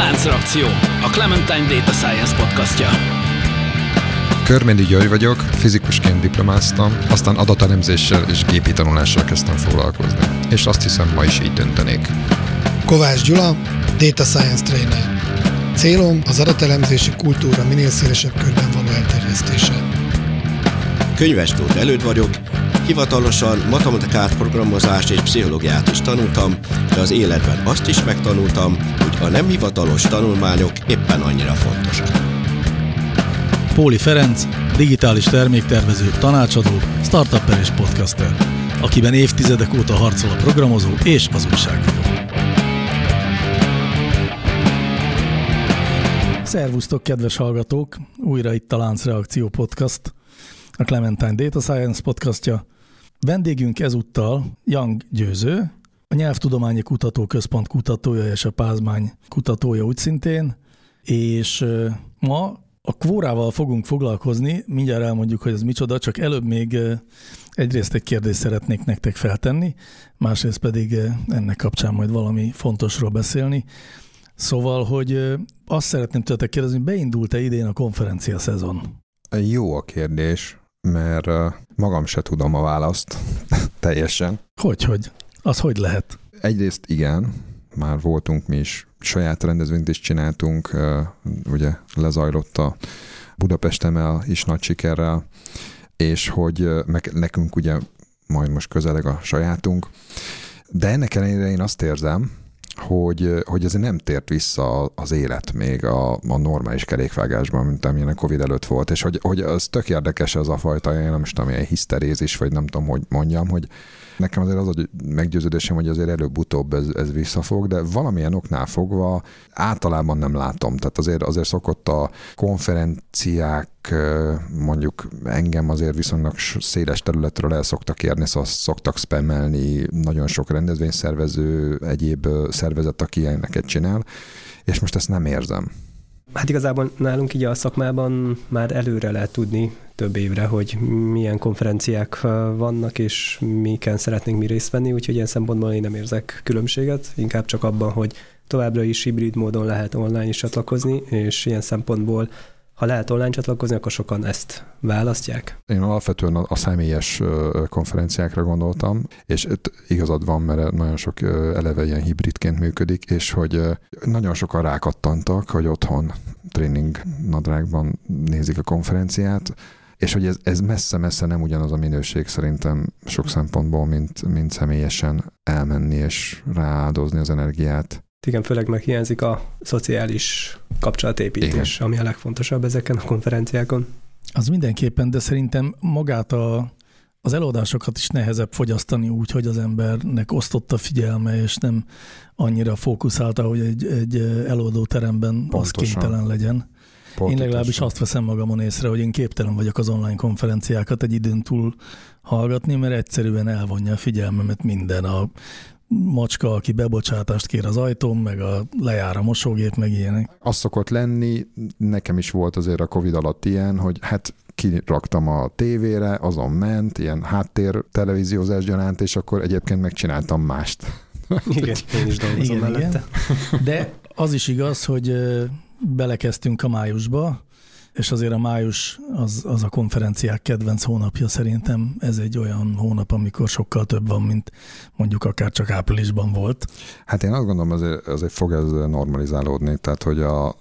Láncreakció, a Clementine Data Science podcastja. Körméndi György vagyok, fizikusként diplomáztam, aztán adatelemzéssel és gépi tanulással kezdtem foglalkozni. És azt hiszem, ma is így döntenék. Kovács Gyula, Data Science Trainer. Célom az adatelemzési kultúra minél szélesebb körben való elterjesztése. Könyves Tóth Előd vagyok, hivatalosan matematikát, programozást és pszichológiát is tanultam, de az életben azt is megtanultam, hogy a nem hivatalos tanulmányok éppen annyira fontosak. Póli Ferenc, digitális terméktervező, tanácsadó, startupper és podcaster, akiben évtizedek óta harcol a programozó és az újságíró. Szervusztok, kedves hallgatók! Újra itt a Láncreakció podcast, a Clementine Data Science podcastja. Vendégünk ezúttal Young Győző, a Nyelvtudományi Kutatóközpont kutatója és a Pázmány kutatója úgy szintén, és ma a kvórával fogunk foglalkozni, mindjárt elmondjuk, hogy ez micsoda, csak előbb még egyrészt egy kérdést szeretnék nektek feltenni, másrészt pedig ennek kapcsán majd valami fontosról beszélni. Szóval, hogy azt szeretném tőletek kérdezni, beindult-e idén a konferencia szezon? Jó a kérdés, mert magam se tudom a választ teljesen. Hogy? Az hogy lehet? Egyrészt igen, már voltunk mi is, saját rendezvényt is csináltunk, ugye lezajlott a Budapest ML is nagy sikerrel, és hogy nekünk ugye majd most közeleg a sajátunk, de ennek ellenére én azt érzem, hogy azért nem tért vissza az élet még a normális kerékvágásban, mint amilyen a Covid előtt volt, és hogy az tök érdekes ez a fajta, én nem is tudom, ilyen hiszterézis, vagy nem tudom, hogy mondjam, hogy nekem azért az a meggyőződésem, hogy azért előbb-utóbb ez visszafog, de valamilyen oknál fogva általában nem látom. Tehát azért szokott a konferenciák, mondjuk engem azért viszonylag széles területről el szoktak érni, szóval szoktak spammelni nagyon sok rendezvényszervező, egyéb szervezet, aki ilyeneket csinál, és most ezt nem érzem. Hát igazából nálunk így a szakmában már előre lehet tudni több évre, hogy milyen konferenciák vannak, és miken szeretnénk mi részt venni, úgyhogy ilyen szempontból én nem érzek különbséget, inkább csak abban, hogy továbbra is hibrid módon lehet online is csatlakozni, és ilyen szempontból, ha lehet online csatlakozni, akkor sokan ezt választják. Én alapvetően a személyes konferenciákra gondoltam, és igazad van, mert nagyon sok eleve ilyen hibridként működik, és hogy nagyon sokan rákattantak, hogy otthon tréning nadrágban nézik a konferenciát, és hogy ez messze-messze nem ugyanaz a minőség szerintem sok szempontból, mint személyesen elmenni és rááldozni az energiát. Igen, főleg meg hiányzik a szociális kapcsolatépítés, ami a legfontosabb ezeken a konferenciákon. Az mindenképpen, de szerintem magát az előadásokat is nehezebb fogyasztani úgy, hogy az embernek osztott a figyelme, és nem annyira fókuszálta, hogy egy előadóteremben az kénytelen legyen. Én legalábbis azt veszem magamon észre, hogy én képtelen vagyok az online konferenciákat egy időn túl hallgatni, mert egyszerűen elvonja a figyelmemet minden. A macska, aki bebocsátást kér az ajtón, meg lejár a mosógép, meg ilyenek. Az szokott lenni, nekem is volt azért a Covid alatt ilyen, hogy hát kiraktam a tévére, azon ment, ilyen háttér televíziózás gyanánt, és akkor egyébként megcsináltam mást. Igen, én is dolgozom mellette. De az is igaz, hogy belekezdtünk a májusba, és azért a május az a konferenciák kedvenc hónapja szerintem. Ez egy olyan hónap, amikor sokkal több van, mint mondjuk akár csak áprilisban volt. Hát én azt gondolom, azért fog ez normalizálódni, tehát hogy a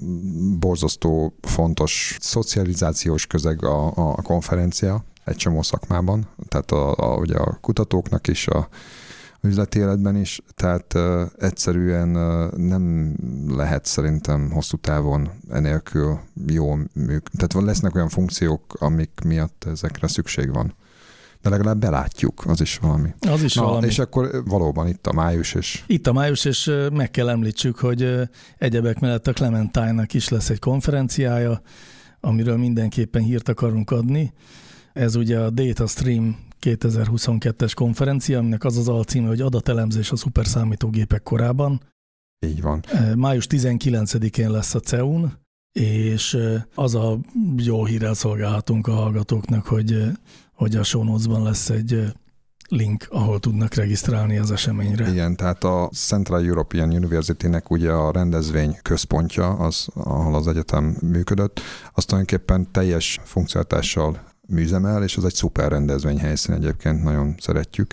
borzasztó fontos szocializációs közeg a konferencia egy csomó szakmában, tehát ugye a kutatóknak is, a üzleti életben is, tehát egyszerűen nem lehet szerintem hosszú távon enélkül jól működni. Tehát lesznek olyan funkciók, amik miatt ezekre szükség van. De legalább belátjuk, az is valami. Az is valami. És akkor valóban itt a május is. Itt a május, és meg kell említsük, hogy egyebek mellett a Clementine-nak is lesz egy konferenciája, amiről mindenképpen hírt akarunk adni. Ez ugye a Data Stream 2022-es konferencia, aminek az alcíme, hogy adatelemzés a szuperszámítógépek korában. Így van. Május 19-én lesz a CEUN, és az a jó hírrel szolgálhatunk a hallgatóknak, hogy a show notes-ban lesz link, ahol tudnak regisztrálni az eseményre. Igen, tehát a Central European University-nek ugye a rendezvény központja, ahol az egyetem működött, az tulajdonképpen teljes funkcionalitással műzemel, és az egy szuper rendezvényhelyszín egyébként, nagyon szeretjük.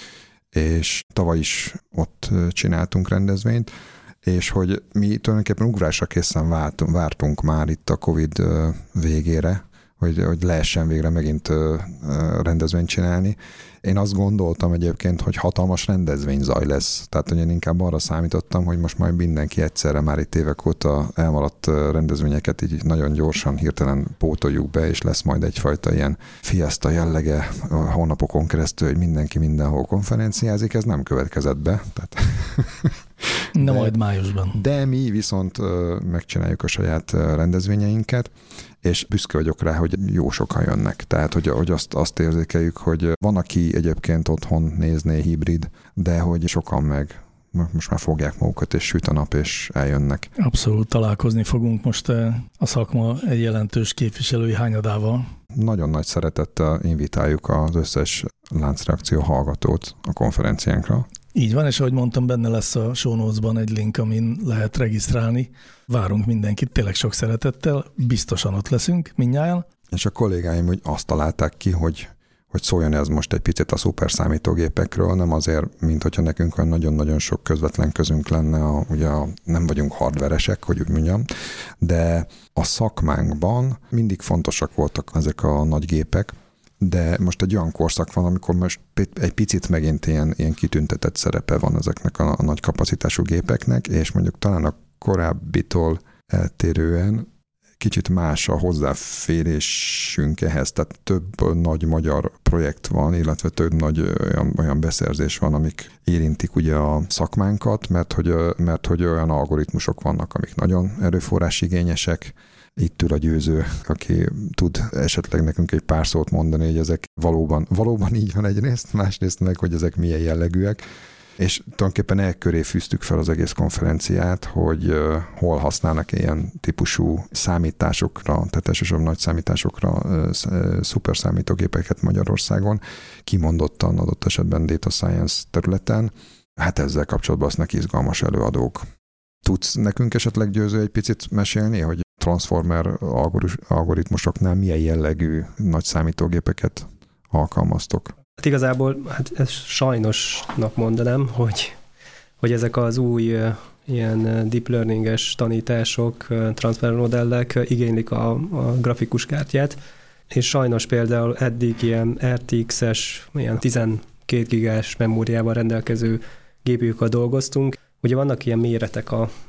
És tavaly is ott csináltunk rendezvényt, és hogy mi tulajdonképpen ugrásra készen vártunk már itt a Covid végére, hogy lehessen végre megint rendezvényt csinálni. Én azt gondoltam egyébként, hogy hatalmas rendezvényzaj lesz. Tehát hogy én inkább arra számítottam, hogy most majd mindenki egyszerre már itt évek óta elmaradt rendezvényeket így nagyon gyorsan, hirtelen pótoljuk be, és lesz majd egyfajta ilyen fiesta jellege a hónapokon keresztül, hogy mindenki mindenhol konferenciázik. Ez nem következett be. Tehát majd májusban. De mi viszont megcsináljuk a saját rendezvényeinket, és büszke vagyok rá, hogy jó sokan jönnek. Tehát, hogy azt érzékeljük, hogy van, aki egyébként otthon nézné hibrid, de hogy sokan meg most már fogják magukat, és süt a nap, és eljönnek. Abszolút találkozni fogunk most a szakma egy jelentős képviselői hányadával. Nagyon nagy szeretettel invitáljuk az összes láncreakció hallgatót a konferenciánkra. Így van, és ahogy mondtam, benne lesz a show notes-ban egy link, amin lehet regisztrálni. Várunk mindenkit, tényleg sok szeretettel, biztosan ott leszünk mindnyájan. És a kollégáim úgy azt találták ki, hogy szóljon ez most egy picit a szuper számítógépekről, nem azért, mint hogyha nekünk olyan nagyon-nagyon sok közvetlen közünk lenne, ugye nem vagyunk hardveresek, hogy úgy mondjam, de a szakmánkban mindig fontosak voltak ezek a nagy gépek, de most egy olyan korszak van, amikor most egy picit megint ilyen kitüntetett szerepe van ezeknek a nagy kapacitású gépeknek, és mondjuk talán a korábbitól eltérően kicsit más a hozzáférésünk ehhez, tehát több nagy magyar projekt van, illetve több nagy olyan beszerzés van, amik érintik ugye a szakmánkat, mert hogy olyan algoritmusok vannak, amik nagyon erőforrásigényesek. Itt ül a Győző, aki tud esetleg nekünk egy pár szót mondani, hogy ezek valóban így van egyrészt, másrészt meg, hogy ezek milyen jellegűek. És tulajdonképpen köré fűztük fel az egész konferenciát, hogy hol használnak ilyen típusú számításokra, tehát elsősorban nagy számításokra szuper számítógépeket Magyarországon, kimondottan adott esetben data science területen. Hát ezzel kapcsolatban lesznek izgalmas előadók. Tudsz nekünk esetleg, Győző, egy picit mesélni, hogy transformer algoritmusoknál milyen jellegű nagy számítógépeket alkalmaztok? Hát igazából, ezt sajnosnak mondanám, hogy ezek az új ilyen deep learning-es tanítások, transformer modellek igénylik a grafikus kártyát, és sajnos például eddig ilyen RTX-es, ilyen 12 gigás memóriával rendelkező GPU-kkal dolgoztunk. Ugye vannak ilyen méretek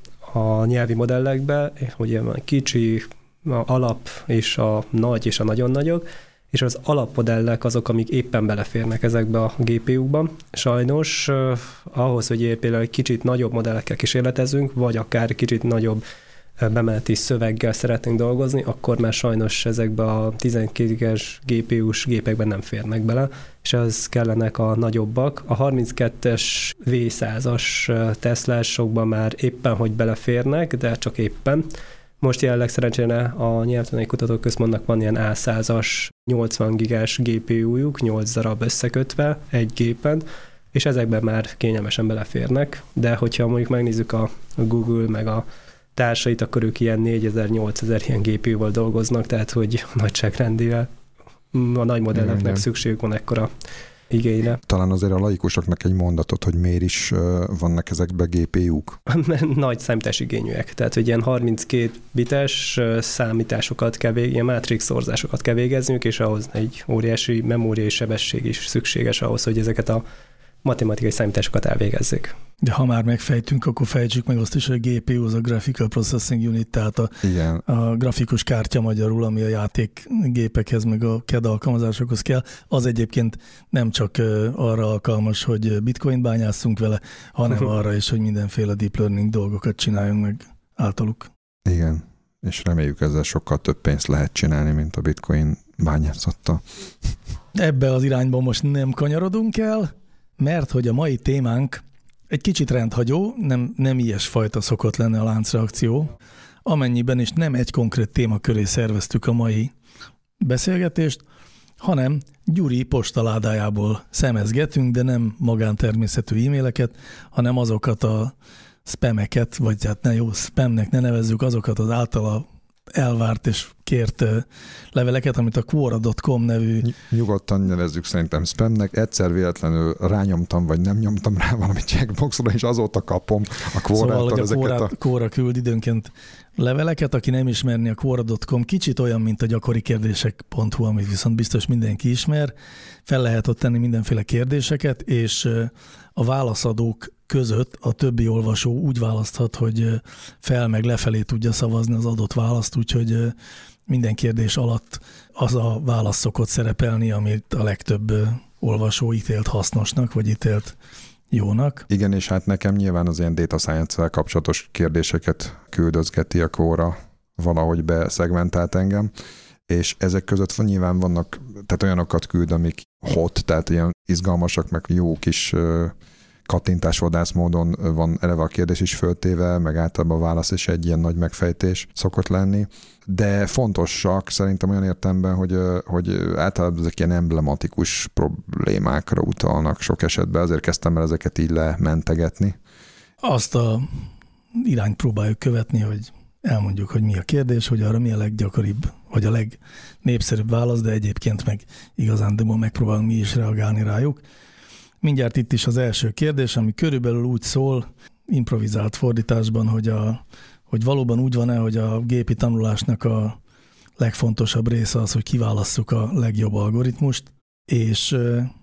a nyelvi modellekben, hogy van kicsi, alap és a nagy és a nagyon nagyok, és az alapmodellek azok, amik éppen beleférnek ezekbe a GPU-ban. Sajnos ahhoz, hogy például egy kicsit nagyobb modellekkel kísérletezünk, vagy akár kicsit nagyobb bemeneti szöveggel szeretnénk dolgozni, akkor már sajnos ezekbe a 12 gigás GPU-s gépekben nem férnek bele, és az kellenek a nagyobbak. A 32-es V100-as Teslásokban már éppen, hogy beleférnek, de csak éppen. Most jelenleg szerencsére a Nyelvtani Kutatóközpontnak van ilyen A100-as 80 gigás GPU-juk, 8 darab összekötve egy gépen, és ezekben már kényelmesen beleférnek, de hogyha mondjuk megnézzük a Google meg a társait, akkor ők ilyen 4000-8000 ilyen GPU-val dolgoznak, tehát hogy nagyságrendivel a nagy modelleknek szükségük van ekkora igényre. Talán azért a laikusoknak egy mondatot, hogy miért is vannak ezekben GPU-k? Nagy számításigényűek, tehát hogy ilyen 32 bites számításokat kell ilyen mátrix szorzásokat kell végezniük, és ahhoz egy óriási memóriai sebesség is szükséges ahhoz, hogy ezeket a matematikai számításokat elvégezzék. De ha már megfejtünk, akkor fejtsük meg azt is, hogy a GPU az a Graphical Processing Unit, tehát a grafikus kártya magyarul, ami a játékgépekhez, meg a CAD alkalmazásokhoz kell, az egyébként nem csak arra alkalmas, hogy bitcoin bányásszunk vele, hanem arra is, hogy mindenféle deep learning dolgokat csináljunk meg általuk. Igen, és reméljük ezzel sokkal több pénzt lehet csinálni, mint a bitcoin bányászotta. Ebbe az irányba most nem kanyarodunk el, mert hogy a mai témánk egy kicsit rendhagyó, nem ilyesfajta szokott lenni a láncreakció, amennyiben is nem egy konkrét téma köré szerveztük a mai beszélgetést, hanem Gyuri postaládájából szemezgetünk, de nem magántermészetű e-maileket, hanem azokat a spameket, vagy hát ne jó, spamnek ne nevezzük, azokat az általa elvárt és kért leveleket, amit a Quora.com nevű... Nyugodtan nevezzük szerintem spamnek. Egyszer véletlenül rányomtam, vagy nem nyomtam rá valami checkboxra, és azóta kapom a Quora-tól szóval, hogy a Quora küld időnként leveleket, aki nem ismerni a Quora.com, kicsit olyan, mint a gyakorikérdések.hu, amit viszont biztos mindenki ismer. Fel lehet ott tenni mindenféle kérdéseket, és a válaszadók között a többi olvasó úgy választhat, hogy fel meg lefelé tudja szavazni az adott választ, úgyhogy minden kérdés alatt az a válasz szokott szerepelni, amit a legtöbb olvasó ítélt hasznosnak, vagy ítélt jónak. Igen, és hát nekem nyilván az ilyen data science-vel kapcsolatos kérdéseket küldözgeti a Quora, valahogy beszegmentált engem, és ezek között nyilván vannak, tehát olyanokat küld, amik hot, tehát ilyen izgalmasak, meg jó kis kattintásvadász módon van eleve a kérdés is föltéve, meg általában a válasz is egy ilyen nagy megfejtés szokott lenni, de fontosak szerintem olyan értelemben, hogy általában ezek ilyen emblematikus problémákra utalnak sok esetben, azért kezdtem el ezeket így lementegetni. Azt a irányt próbáljuk követni, hogy elmondjuk, hogy mi a kérdés, hogy arra mi a leggyakoribb, vagy a legnépszerűbb válasz, de egyébként meg igazándiból megpróbálunk mi is reagálni rájuk. Mindjárt itt is az első kérdés, ami körülbelül úgy szól, improvizált fordításban, hogy valóban úgy van-e, hogy a gépi tanulásnak a legfontosabb része az, hogy kiválasszuk a legjobb algoritmust, és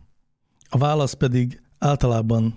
a válasz pedig általában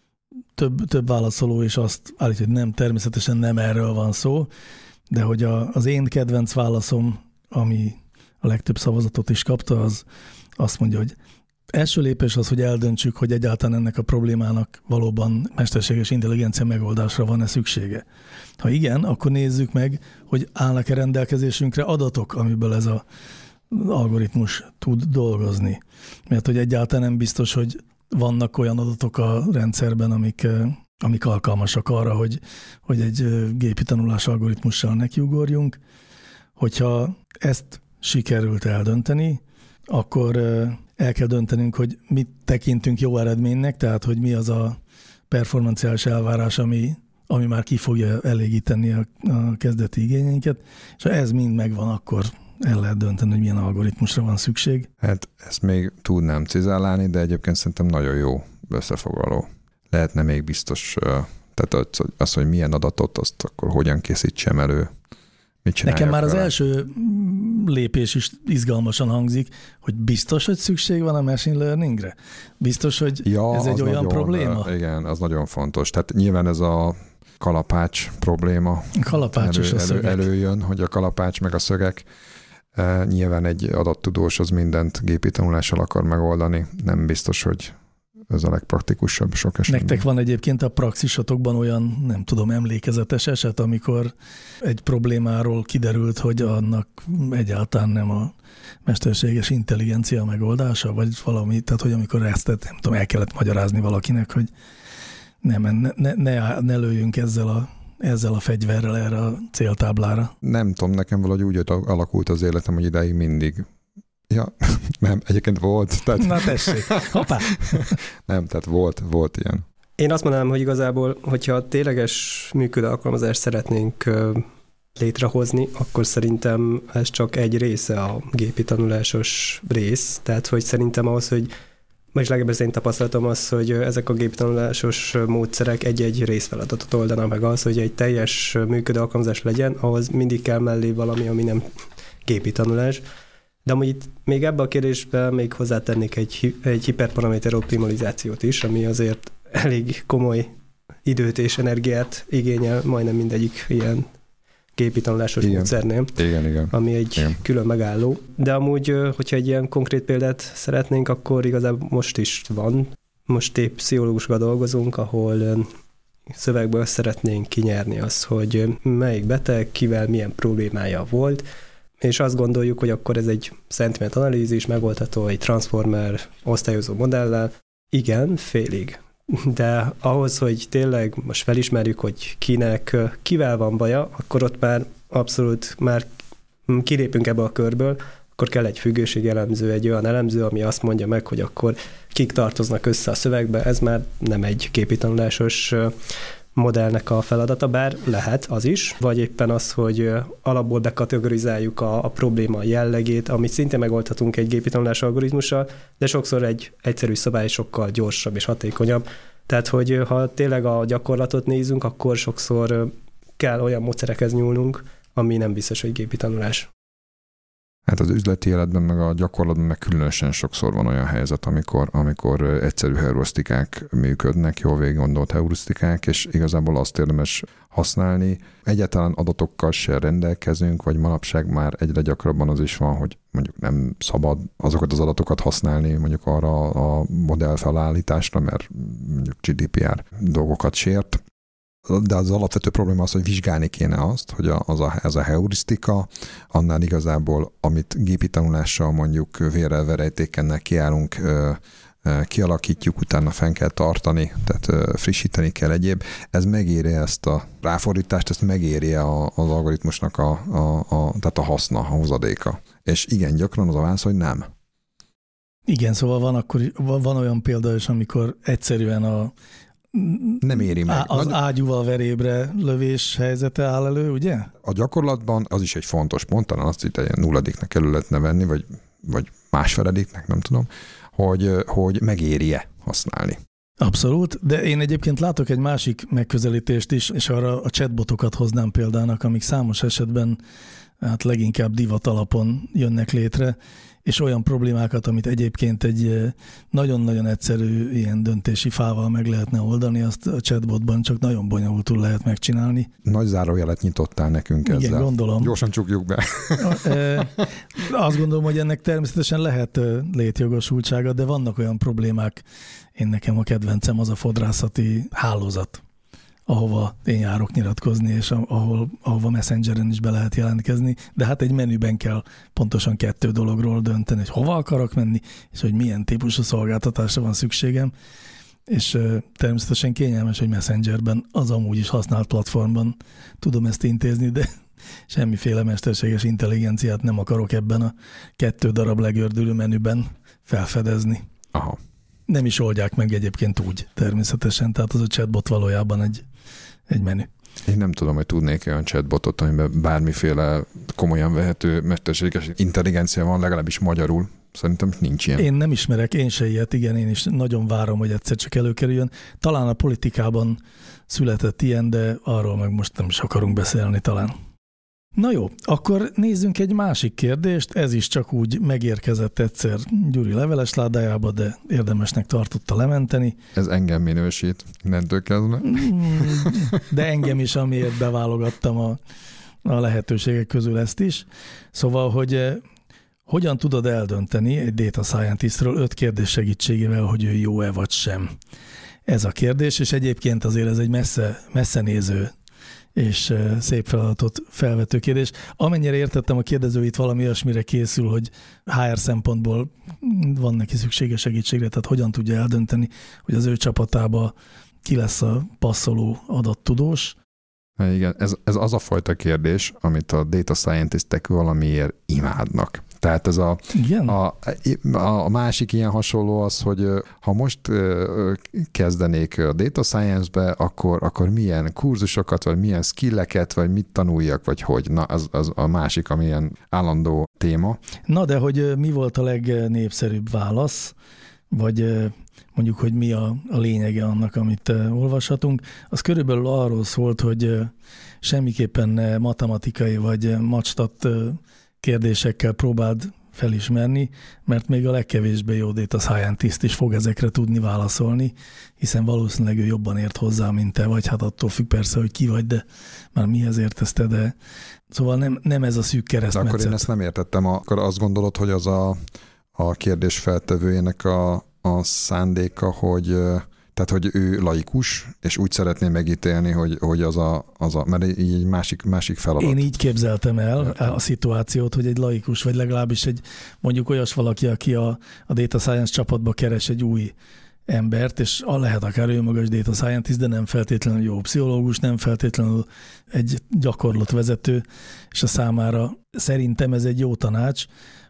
több válaszoló is azt állítja, hogy nem, természetesen nem erről van szó, de hogy az én kedvenc válaszom, ami a legtöbb szavazatot is kapta, az azt mondja, hogy első lépés az, hogy eldöntsük, hogy egyáltalán ennek a problémának valóban mesterséges intelligencia megoldásra van-e szüksége. Ha igen, akkor nézzük meg, hogy állnak-e rendelkezésünkre adatok, amiből ez az algoritmus tud dolgozni. Mert hogy egyáltalán nem biztos, hogy vannak olyan adatok a rendszerben, amik alkalmasak arra, hogy egy gépi tanulás algoritmussal nekiugorjunk. Hogyha ezt sikerült eldönteni, akkor el kell döntenünk, hogy mit tekintünk jó eredménynek, tehát hogy mi az a performanciális elvárás, ami már ki fogja elégíteni a kezdeti igényeinket, és ha ez mind megvan, akkor el lehet dönteni, hogy milyen algoritmusra van szükség. Hát ezt még tudnám cizellálni, de egyébként szerintem nagyon jó összefoglaló. Lehetne még biztos, tehát az, hogy milyen adatot, azt akkor hogyan készítsem elő, mit csináljak Nekem már vele. az első lépés is izgalmasan hangzik, hogy biztos, hogy szükség van a machine learningre? Biztos, hogy ez egy olyan probléma? Igen, az nagyon fontos. Tehát nyilván ez a kalapács probléma Kalapácsos a szögek. előjön, hogy a kalapács meg a szögek. Nyilván egy adattudós az mindent gépi tanulással akar megoldani. Nem biztos, hogy ez a legpraktikusabb sok esetben. Nektek van egyébként a praxisatokban olyan, nem tudom, emlékezetes eset, amikor egy problémáról kiderült, hogy annak egyáltalán nem a mesterséges intelligencia megoldása, vagy valami, tehát hogy amikor ezt, nem tudom, el kellett magyarázni valakinek, hogy ne lőjünk ezzel a fegyverrel erre a céltáblára. Nem tudom, nekem valahogy úgy alakult az életem, hogy idáig mindig. Ja, nem, egyébként volt. Tehát... Na tessék, hoppá! Nem, tehát volt ilyen. Én azt mondanám, hogy igazából, hogyha tényleges működő alkalmazást szeretnénk létrehozni, akkor szerintem ez csak egy része a gépi tanulásos rész. Tehát, hogy szerintem ahhoz, hogy és legalább az én tapasztalatom az, hogy ezek a gépi tanulásos módszerek egy-egy részfeladatot oldanak meg az, hogy egy teljes működő alkalmazás legyen, ahhoz mindig kell mellé valami, ami nem gépi tanulás. De amúgy itt még ebbe a kérdésbe még hozzátennék egy hiperparaméter optimalizációt is, ami azért elég komoly időt és energiát igényel majdnem mindegyik ilyen gépi tanulásos módszernél, Igen. ami egy külön megálló. De amúgy, hogyha egy ilyen konkrét példát szeretnénk, akkor igazából most is van. Most épp pszichológusokkal dolgozunk, ahol szövegből szeretnénk kinyerni azt, hogy melyik beteg, kivel milyen problémája volt, és azt gondoljuk, hogy akkor ez egy szentiment analízis, megoldható egy transformer osztályozó modellel. Igen, félig. De ahhoz, hogy tényleg most felismerjük, hogy kivel van baja, akkor ott már abszolút már kilépünk ebbe a körből, akkor kell egy függőségelemző, egy olyan elemző, ami azt mondja meg, hogy akkor kik tartoznak össze a szövegbe, ez már nem egy gépi tanulásos modellnek a feladata, bár lehet az is, vagy éppen az, hogy alapból bekategorizáljuk a probléma jellegét, amit szintén megoldhatunk egy gépi tanulás algoritmussal, de sokszor egy egyszerű szabály sokkal gyorsabb és hatékonyabb. Tehát, hogy ha tényleg a gyakorlatot nézünk, akkor sokszor kell olyan módszerekhez nyúlnunk, ami nem biztos, hogy gépi tanulás. Hát az üzleti életben, meg a gyakorlatban meg különösen sokszor van olyan helyzet, amikor egyszerű heurisztikák működnek, jól végiggondolt heurisztikák, és igazából azt érdemes használni. Egyáltalán adatokkal se rendelkezünk, vagy manapság már egyre gyakrabban az is van, hogy mondjuk nem szabad azokat az adatokat használni mondjuk arra a modell felállításra, mert mondjuk GDPR dolgokat sért. De az alapvető probléma az, hogy vizsgálni kéne azt, hogy ez a heurisztika, annál igazából, amit gépi tanulással mondjuk vérrel, verejtékennel kiállunk, kialakítjuk, utána fenn kell tartani, tehát frissíteni kell egyéb. Ez megéri ezt a ráfordítást, ezt megéri az algoritmusnak tehát a haszna, a hozadéka. És igen, gyakran az a válasz, hogy nem. Igen, szóval van olyan példa is, amikor egyszerűen nem éri meg. Az ágyúval verébre lövés helyzete áll elő, ugye? A gyakorlatban az is egy fontos pont, talán azt itt egy nulladiknek elő lehetne venni, vagy másfelediknek, nem tudom, hogy megéri-e használni. Abszolút, de én egyébként látok egy másik megközelítést is, és arra a chatbotokat hoznám példának, amik számos esetben hát leginkább divat alapon jönnek létre, és olyan problémákat, amit egyébként egy nagyon-nagyon egyszerű ilyen döntési fával meg lehetne oldani, azt a chatbotban csak nagyon bonyolultul lehet megcsinálni. Nagy zárójelet nyitottál nekünk ezzel. Igen, gondolom. Gyorsan csukjuk be. Azt gondolom, hogy ennek természetesen lehet létjogosultsága, de vannak olyan problémák. Nekem a kedvencem az a fodrászati hálózat, ahova én járok nyilatkozni, és ahova Messengeren is be lehet jelentkezni, de hát egy menüben kell pontosan 2 dologról dönteni, hogy hova akarok menni, és hogy milyen típusú szolgáltatásra van szükségem, és természetesen kényelmes, hogy Messengerben, az amúgy is használt platformban tudom ezt intézni, de semmiféle mesterséges intelligenciát nem akarok ebben a 2 darab legördülő menüben felfedezni. Aha. Nem is oldják meg egyébként úgy, természetesen, tehát az a chatbot valójában egy menü. Én nem tudom, hogy tudnék olyan chatbotot, amiben bármiféle komolyan vehető mesterséges intelligencia van, legalábbis magyarul. Szerintem nincs ilyen. Én nem ismerek, én se ilyet, igen, én is nagyon várom, hogy egyszer csak előkerüljön. Talán a politikában született ilyen, de arról meg most nem is akarunk beszélni talán. Na jó, akkor nézzünk egy másik kérdést, ez is csak úgy megérkezett egyszer Gyuri levelesládájába, de érdemesnek tartotta lementeni. Ez engem minősít, innentől kezdve. De engem is, amiért beválogattam a lehetőségek közül ezt is. Szóval, hogy hogyan tudod eldönteni egy data scientistről 5 kérdés segítségével, hogy ő jó-e vagy sem? Ez a kérdés, és egyébként azért ez egy messze néző és szép feladatot felvető kérdés. Amennyire értettem, a kérdező itt valami olyasmire készül, hogy HR szempontból van neki szüksége segítségre, tehát hogyan tudja eldönteni, hogy az ő csapatába ki lesz a passzoló adattudós. Igen, ez az a fajta kérdés, amit a data scientistek valamiért imádnak. Tehát ez a másik ilyen hasonló az, hogy ha most kezdenék a data science-be, akkor milyen kurzusokat, vagy milyen skilleket, vagy mit tanuljak, vagy hogy. Na, az a másik, amilyen állandó téma. Na, de hogy mi volt a legnépszerűbb válasz, vagy mondjuk, hogy mi a lényege annak, amit olvashatunk, az körülbelül arról szólt, hogy semmiképpen matematikai vagy macstat kérdésekkel próbáld felismerni, mert még a legkevésbé jó data scientist is fog ezekre tudni válaszolni, hiszen valószínűleg ő jobban ért hozzá, mint te, vagy hát attól függ persze, hogy ki vagy, de már mihez értesz te, de szóval nem ez a szűk keresztmetszet. De akkor én ezt nem értettem, akkor azt gondolod, hogy az a kérdés feltevőjének a szándéka, hogy ő laikus, és úgy szeretné megítélni, hogy az a mert így egy másik feladat. Én így képzeltem el a szituációt, hogy egy laikus, vagy legalábbis egy mondjuk olyas valaki, aki a data science csapatba keres egy új embert, és lehet akár ő magas data scientist, de nem feltétlenül jó pszichológus, nem feltétlenül egy gyakorlatvezető, és a számára szerintem ez egy jó tanács,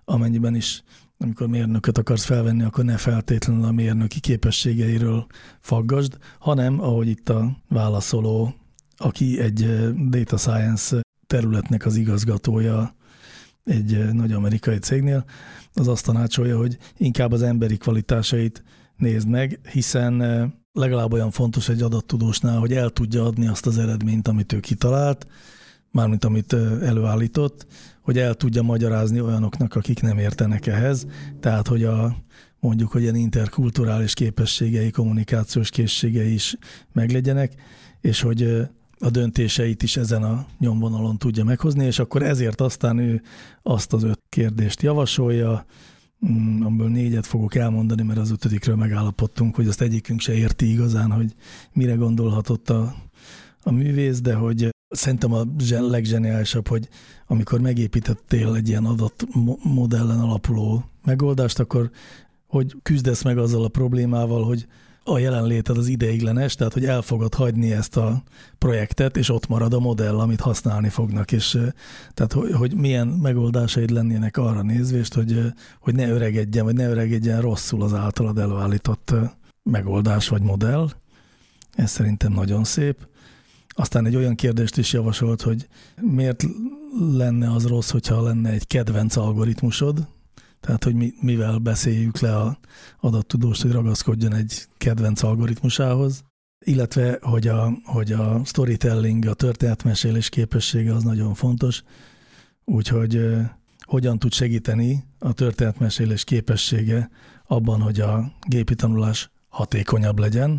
amennyiben is, amikor mérnököt akarsz felvenni, akkor ne feltétlenül a mérnöki képességeiről faggasd, hanem, ahogy itt a válaszoló, aki egy data science területnek az igazgatója egy nagy amerikai cégnél, az azt tanácsolja, hogy inkább az emberi kvalitásait nézd meg, hiszen legalább olyan fontos egy adattudósnál, hogy el tudja adni azt az eredményt, amit ő kitalált, mármint amit előállított, hogy el tudja magyarázni olyanoknak, akik nem értenek ehhez. Tehát, hogy mondjuk, hogy ilyen interkulturális képességei, kommunikációs készségei is meglegyenek, és hogy a döntéseit is ezen a nyomvonalon tudja meghozni, és akkor ezért aztán ő azt az 5 kérdést javasolja, amiből 4-et fogok elmondani, mert az 5-ről megállapodtunk, hogy azt egyikünk se érti igazán, hogy mire gondolhatott a művész, de hogy szerintem a legzseniálisabb, hogy amikor megépítettél egy ilyen adatmodellen alapuló megoldást, akkor hogy küzdesz meg azzal a problémával, hogy a jelenléted az ideiglenes, tehát hogy el fogod hagyni ezt a projektet, és ott marad a modell, amit használni fognak, és tehát hogy milyen megoldásaid lennének arra nézvést, hogy ne öregedjen, vagy ne öregedjen rosszul az általad előállított megoldás vagy modell. Ez szerintem nagyon szép. Aztán egy olyan kérdést is javasolt, hogy miért lenne az rossz, hogyha lenne egy kedvenc algoritmusod, tehát, hogy mivel beszéljük le a adattudóst, hogy ragaszkodjon egy kedvenc algoritmusához, illetve, hogy a storytelling, a történetmesélés képessége az nagyon fontos, úgyhogy hogyan tud segíteni a történetmesélés képessége abban, hogy a gépi tanulás hatékonyabb legyen.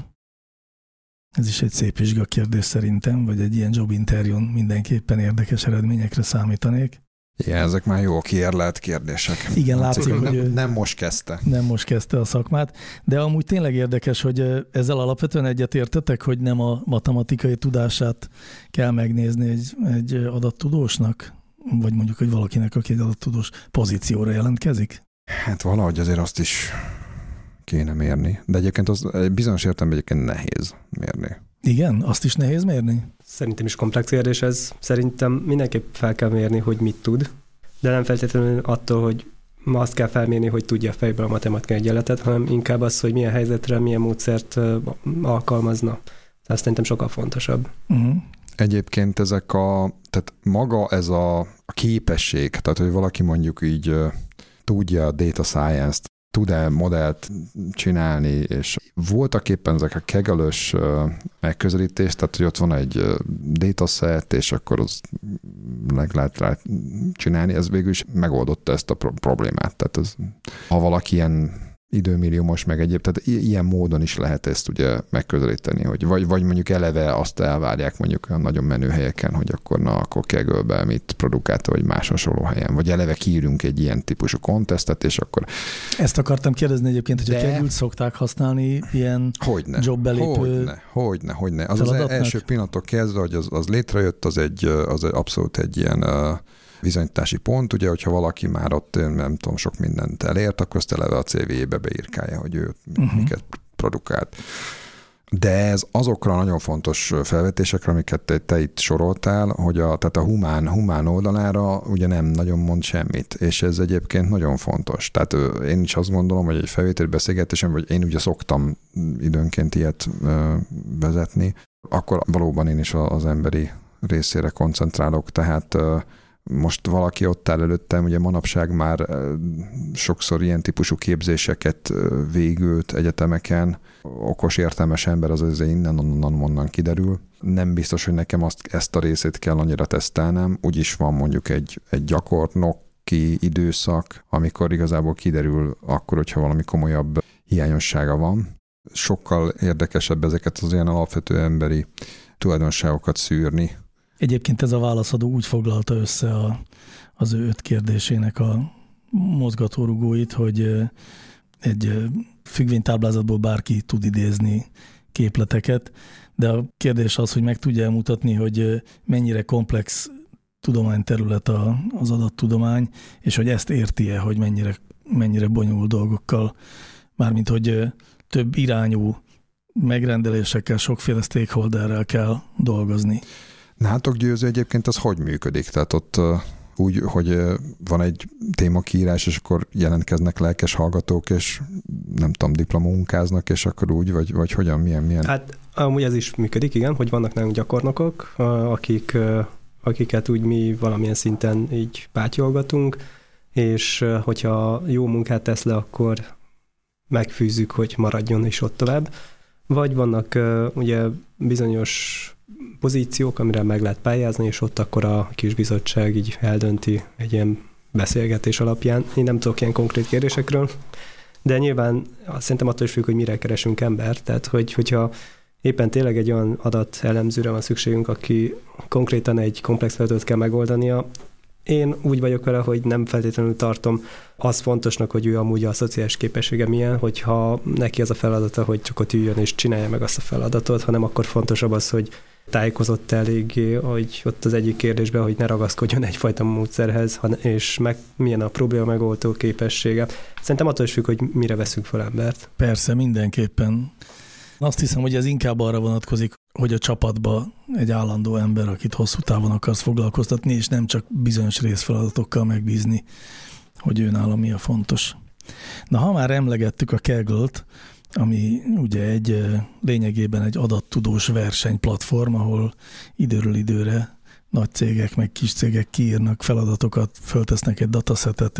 Ez is egy szép vizsgakérdés szerintem, vagy egy ilyen job interjún mindenképpen érdekes eredményekre számítanék. Igen, ezek már jó kiérlelt kérdések. Igen, látszik, hogy nem most kezdte. Nem most kezdte a szakmát, de amúgy tényleg érdekes, hogy ezzel alapvetően egyetértetek, hogy nem a matematikai tudását kell megnézni egy adattudósnak, vagy mondjuk, hogy valakinek, aki egy adattudós pozícióra jelentkezik? Hát valahogy azért azt is kéne mérni, de egyébként az bizonyos értelemben egyébként nehéz mérni. Igen? Azt is nehéz mérni? Szerintem is komplex kérdés ez. Szerintem mindenképp fel kell mérni, hogy mit tud, de nem feltétlenül attól, hogy azt kell felmérni, hogy tudja fejből a matematikai egyenletet, hanem inkább az, hogy milyen helyzetre, milyen módszert alkalmazna. Tehát szerintem sokkal fontosabb. Uh-huh. Egyébként tehát maga ez a képesség, tehát hogy valaki mondjuk így tudja a data science-t, tud-e modellt csinálni, és voltak éppen ezek a Kaggle-ös megközelítés, tehát hogy ott van egy dataset, és akkor az lehet rá csinálni, ez végül is megoldotta ezt a problémát. Tehát ha valaki ilyen időmilliómos, meg egyéb, tehát ilyen módon is lehet ezt ugye megközelíteni, hogy vagy mondjuk eleve azt elvárják mondjuk a nagyon menő helyeken, hogy akkor Kaggle-be mit produkálta, vagy más hasonló helyen, vagy eleve kiírunk egy ilyen típusú contestet, és akkor... Ezt akartam kérdezni egyébként, hogy a Kaggle-t szokták használni ilyen jobbelépő... Hogyne. Az első pillanatok kezdve, hogy az létrejött, az abszolút egy ilyen bizonyítási pont, ugye, hogyha valaki már ott, nem tudom, sok mindent elért, akkor azt eleve a CV-be beírkálja, hogy ő miket produkált. De ez azokra nagyon fontos felvetésekre, amiket te itt soroltál, hogy tehát a humán oldalára ugye nem nagyon mond semmit, és ez egyébként nagyon fontos. Tehát én is azt gondolom, hogy egy felvételi beszélgetésem, vagy én ugye szoktam időnként ilyet vezetni, akkor valóban én is az emberi részére koncentrálok, tehát most valaki ott áll előttem, ugye manapság már sokszor ilyen típusú képzéseket végült egyetemeken, okos, értelmes ember az azért innen-onnan kiderül. Nem biztos, hogy nekem ezt a részét kell annyira tesztelnem, úgyis van mondjuk egy gyakornoki időszak, amikor igazából kiderül akkor, hogyha valami komolyabb hiányossága van. Sokkal érdekesebb ezeket az ilyen alapvető emberi tulajdonságokat szűrni. Egyébként ez a válaszadó úgy foglalta össze az ő 5 kérdésének a mozgatórugóit, hogy egy függvénytáblázatból bárki tud idézni képleteket, de a kérdés az, hogy meg tudja mutatni, hogy mennyire komplex tudományterület az adattudomány, és hogy ezt érti-e, hogy mennyire bonyolult dolgokkal, mármint hogy több irányú megrendelésekkel, sokféle stakeholderrel kell dolgozni. Nátok Győző egyébként az hogy működik? Tehát ott úgy, hogy van egy témakiírás, és akkor jelentkeznek lelkes hallgatók, és nem tudom, diplomamunkáznak, és akkor úgy, vagy hogyan, milyen? Hát amúgy ez is működik, igen, hogy vannak nálunk gyakornokok, akiket úgy mi valamilyen szinten így pátyolgatunk, és hogyha jó munkát tesz le, akkor megfűzzük, hogy maradjon is ott tovább. Vagy vannak ugye bizonyos pozíciók, amire meg lehet pályázni, és ott akkor a kis bizottság így eldönti egy ilyen beszélgetés alapján. Én nem tudok ilyen konkrét kérdésekről, de nyilván szerintem attól is függ, hogy mire keresünk embert, tehát hogyha éppen tényleg egy olyan adatelemzőre van szükségünk, aki konkrétan egy komplex feladatot kell megoldania. Én úgy vagyok vele, hogy nem feltétlenül tartom azt fontosnak, hogy ő amúgy a szociális képessége milyen, hogyha neki az a feladata, hogy csak ott üljön és csinálja meg azt a feladatot, hanem akkor fontosabb az, hogy tájékozott eléggé, hogy ott az egyik kérdésben, hogy ne ragaszkodjon egyfajta módszerhez, és milyen a probléma megoldó képessége. Szerintem attól is függ, hogy mire veszünk fel embert. Persze, mindenképpen. Azt hiszem, hogy ez inkább arra vonatkozik, hogy a csapatba egy állandó ember, akit hosszú távon akarsz foglalkoztatni, és nem csak bizonyos részfeladatokkal megbízni, hogy ő nála mi a fontos. Na, ha már emlegettük a Kaggle-t, ami ugye lényegében egy adattudós versenyplatform, ahol időről időre nagy cégek, meg kis cégek kiírnak feladatokat, föltesznek egy datasetet,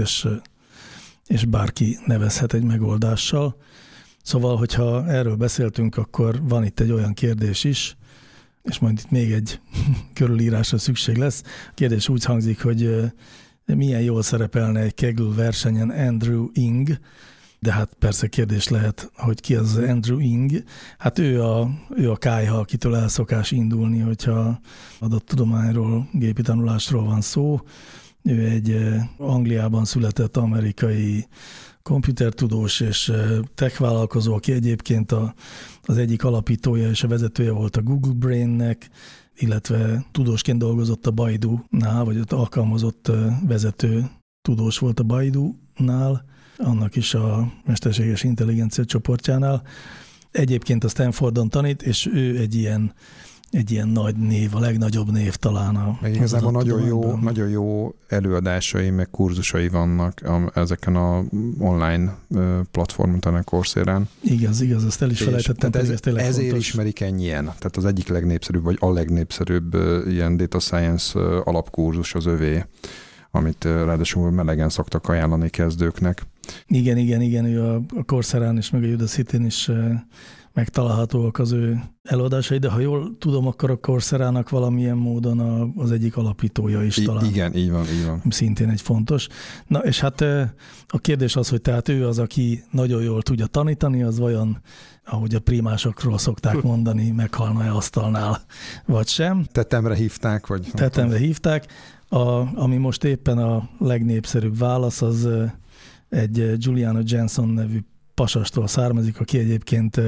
és bárki nevezhet egy megoldással. Szóval, hogyha erről beszéltünk, akkor van itt egy olyan kérdés is, és majd itt még egy körülírásra szükség lesz. A kérdés úgy hangzik, hogy milyen jól szerepelne egy Kaggle versenyen Andrew Ng, de hát persze kérdés lehet, hogy ki az Andrew Ng. Hát ő a kályha, akitől el szokás indulni, hogyha adattudományról, gépi tanulásról van szó. Ő egy Angliában született amerikai komputertudós és tech vállalkozó, aki egyébként az egyik alapítója és a vezetője volt a Google Brainnek, illetve tudósként dolgozott a Baidu-nál, vagy ott alkalmazott vezető tudós volt a Baidu-nál, annak is a mesterséges intelligencia csoportjánál. Egyébként a Stanfordon tanít, és ő egy ilyen nagy név, a legnagyobb név talán. Igazából nagyon jó előadásai, meg kurzusai vannak ezeken a online platformon, a Coursera-n. Igaz, ezt el is felejtettem. Ezért ismerik ennyien. Tehát az egyik legnépszerűbb, vagy a legnépszerűbb ilyen data science alapkurzus az övé, amit ráadásul melegen szoktak ajánlani kezdőknek. Igen, ő a Coursera-n és meg a Udacity-n is megtalálhatóak az ő előadásai, de ha jól tudom, akkor a Coursera-nak valamilyen módon az egyik alapítója is talán. Igen, így van. Szintén egy fontos. Na, és hát a kérdés az, hogy tehát ő az, aki nagyon jól tudja tanítani, az vajon, ahogy a primásokról szokták mondani, meghalna-e asztalnál, vagy sem. Tetemre hívták, vagy? Tetemre hívták. Ami most éppen a legnépszerűbb válasz, az egy Juliana Jensen nevű pasastól származik, aki egyébként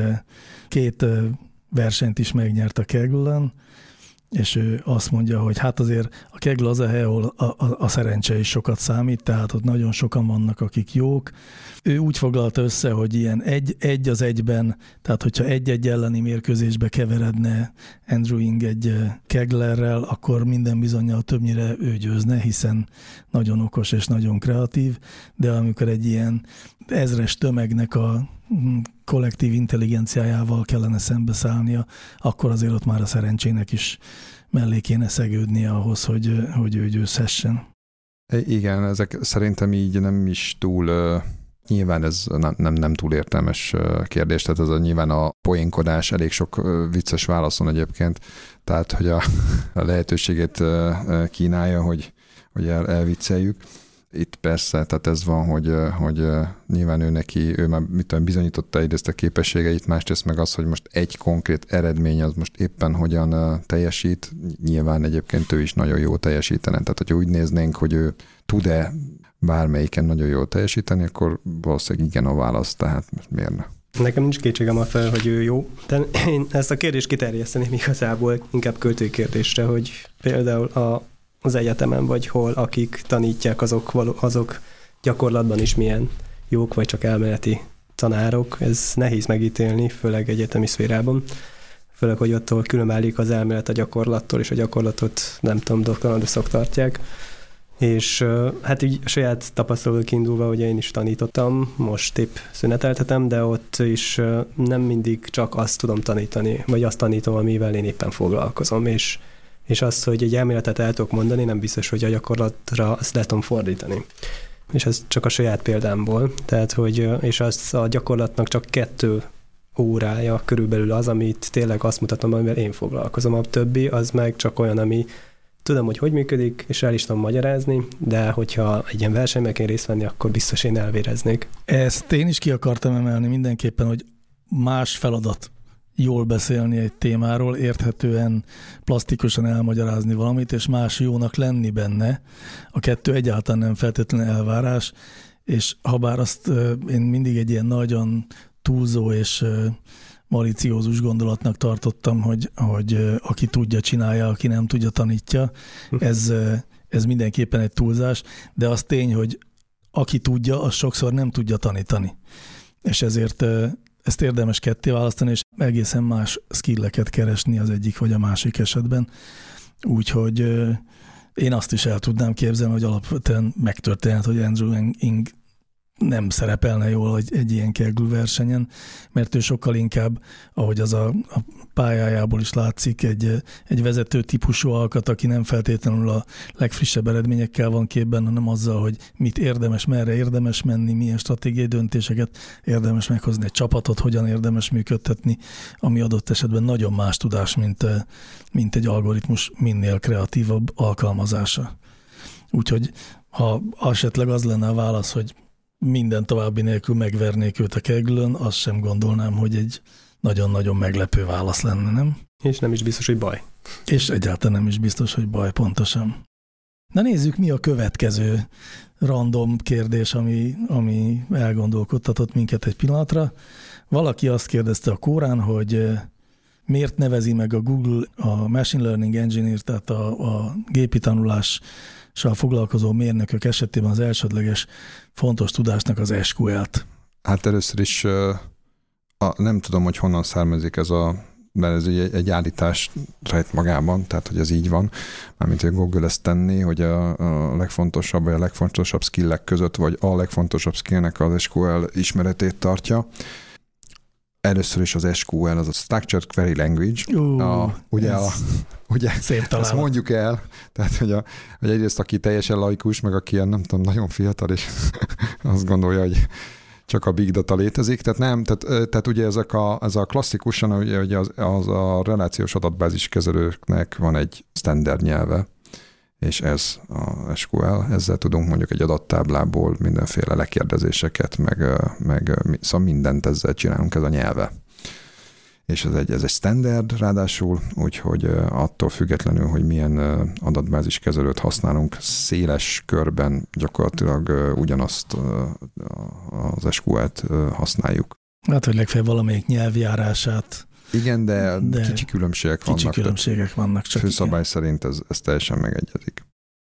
2 versenyt is megnyert a Kaggle-en, és ő azt mondja, hogy hát azért a Kaggle az a hely, ahol a szerencse is sokat számít, tehát ott nagyon sokan vannak, akik jók. Ő úgy foglalta össze, hogy ilyen egy az egyben, tehát hogyha egy elleni mérkőzésbe keveredne Andrew Ng egy Kaglerrel, akkor minden bizonnyal többnyire ő győzne, hiszen nagyon okos és nagyon kreatív, de amikor egy ilyen ezres tömegnek a kollektív intelligenciájával kellene szembeszállnia, akkor azért ott már a szerencsének is mellé kéne szegődnie ahhoz, hogy ő győzhessen. Igen, ezek szerintem így nem is túl, nyilván ez nem túl értelmes kérdés, tehát ez nyilván a poénkodás elég sok vicces válaszon egyébként, tehát hogy a lehetőségét kínálja, hogy elvicceljük. Itt persze, tehát ez van, hogy nyilván ő már bizonyította egyrészt a képességeit, másrészt meg az, hogy most egy konkrét eredmény az most éppen hogyan teljesít, nyilván egyébként ő is nagyon jól teljesítene. Tehát, hogyha úgy néznénk, hogy ő tud-e bármelyiken nagyon jól teljesíteni, akkor valószínűleg igen a válasz, tehát miért ne? Nekem nincs kétségem a fel, hogy ő jó, de én ezt a kérdést kiterjeszteném igazából inkább költői kérdésre, hogy például az egyetemen, vagy hol, akik tanítják, azok gyakorlatban is milyen jók, vagy csak elméleti tanárok. Ez nehéz megítélni, főleg egyetemi szférában. Főleg, hogy attól különválik az elmélet a gyakorlattól, és a gyakorlatot nem tudom, doktorandusok tartják. És hát így saját tapasztalatból kiindulva, hogy én is tanítottam, most épp szüneteltetem, de ott is nem mindig csak azt tudom tanítani, vagy azt tanítom, amivel én éppen foglalkozom, és azt, hogy egy elméletet el tudok mondani, nem biztos, hogy a gyakorlatra azt le tudom fordítani. És ez csak a saját példámból, tehát hogy, és az a gyakorlatnak csak 2 órája körülbelül az, amit tényleg azt mutatom, amivel én foglalkozom. A többi az meg csak olyan, ami tudom, hogy működik, és el is tudom magyarázni, de hogyha egy ilyen versenyben kell részt venni, akkor biztos én elvéreznék. Ezt én is ki akartam emelni mindenképpen, hogy más feladat jól beszélni egy témáról, érthetően, plastikusan elmagyarázni valamit, és más jónak lenni benne. A 2 egyáltalán nem feltétlenül elvárás, és habár azt én mindig egy ilyen nagyon túlzó és maliciózus gondolatnak tartottam, hogy aki tudja, csinálja, aki nem tudja, tanítja. Ez mindenképpen egy túlzás, de az tény, hogy aki tudja, az sokszor nem tudja tanítani. És ezért ezt érdemes ketté választani, és egészen más skilleket keresni az egyik vagy a másik esetben. Úgyhogy én azt is el tudnám képzelni, hogy alapvetően megtörténhet, hogy Andrew Ng nem szerepelne jól egy ilyen Kaggle versenyen, mert ő sokkal inkább, ahogy az a pályájából is látszik, egy vezető típusú alkat, aki nem feltétlenül a legfrissebb eredményekkel van képben, hanem azzal, hogy mit érdemes, merre érdemes menni, milyen stratégiai döntéseket érdemes meghozni, egy csapatot hogyan érdemes működtetni, ami adott esetben nagyon más tudás, mint egy algoritmus minél kreatívabb alkalmazása. Úgyhogy ha esetleg az lenne a válasz, hogy minden további nélkül megvernék őt a Kaggle-ön, azt sem gondolnám, hogy egy nagyon-nagyon meglepő válasz lenne, nem? És nem is biztos, hogy baj. És egyáltalán nem is biztos, hogy baj, pontosan. Na nézzük, mi a következő random kérdés, ami elgondolkodtatott minket egy pillanatra. Valaki azt kérdezte a kórán, hogy miért nevezi meg a Google a Machine Learning Engineer, tehát a gépi tanulással foglalkozó mérnökök esetében az elsődleges fontos tudásnak az SQL-t. Hát először is nem tudom, hogy honnan származik mert ez egy állítás rejt magában, tehát hogy ez így van, mármint hogy Google ezt tenni, hogy a legfontosabb vagy a legfontosabb skillek között, vagy a legfontosabb skillnek az SQL ismeretét tartja. Először is az SQL, az a Structured Query Language. Ugye ezt mondjuk el, tehát hogy egyrészt aki teljesen laikus, meg aki nem tudom, nagyon fiatal, és azt gondolja, hogy csak a big data létezik, tehát ugye ez a klasszikusan, ugye az a relációs adatbázis kezelőknek van egy standard nyelve, és ez a SQL, ezzel tudunk mondjuk egy adattáblából mindenféle lekérdezéseket, meg szóval mindent ezzel csinálunk, ez a nyelve. És ez egy standard ráadásul, úgyhogy attól függetlenül, hogy milyen adatbázis kezelőt használunk, széles körben gyakorlatilag ugyanazt az SQL-t használjuk. Hát, hogy legfeljebb valamelyik nyelvjárását. Igen, de kicsi különbségek vannak. Kicsi különbségek vannak. Csak főszabály szerint ez teljesen megegyezik.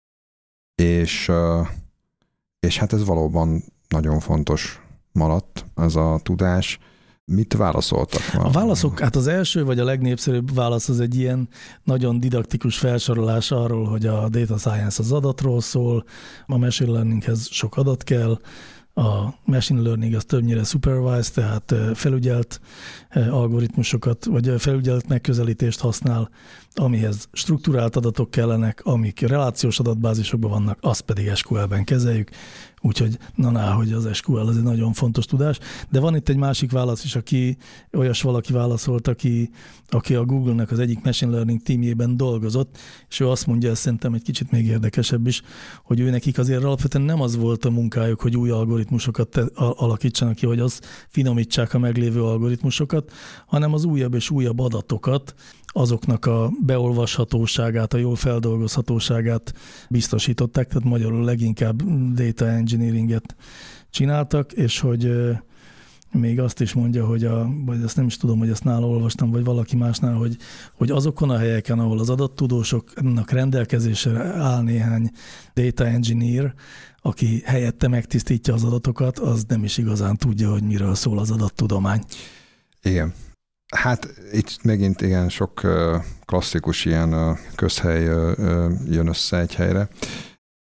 És hát ez valóban nagyon fontos maradt, ez a tudás. Mit válaszoltak? A válaszok, hát az első vagy a legnépszerűbb válasz az egy ilyen nagyon didaktikus felsorolás arról, hogy a data science az adatról szól, a machine learninghez sok adat kell, a machine learning az többnyire supervised, tehát felügyelt algoritmusokat, vagy felügyelt megközelítést használ, amihez strukturált adatok kellenek, amik relációs adatbázisokban vannak, azt pedig SQL-ben kezeljük. Úgyhogy hogy az SQL az egy nagyon fontos tudás. De van itt egy másik válasz is, valaki válaszolt, aki a Google-nek az egyik machine learning teamjében dolgozott, és ő azt mondja, ez szerintem egy kicsit még érdekesebb is, hogy ő nekik azért alapvetően nem az volt a munkájuk, hogy új algoritmusokat alakítsanak ki, hogy az finomítsák a meglévő algoritmusokat, hanem az újabb és újabb adatokat, azoknak a beolvashatóságát, a jól feldolgozhatóságát biztosították, tehát magyarul leginkább data engineeringet csináltak, és hogy még azt is mondja, vagy ezt nem is tudom, hogy ezt nála olvastam, vagy valaki másnál, hogy azokon a helyeken, ahol az adattudósoknak rendelkezésre áll néhány data engineer, aki helyette megtisztítja az adatokat, az nem is igazán tudja, hogy miről szól az adattudomány. Igen. Hát itt megint igen sok klasszikus ilyen közhely jön össze egy helyre.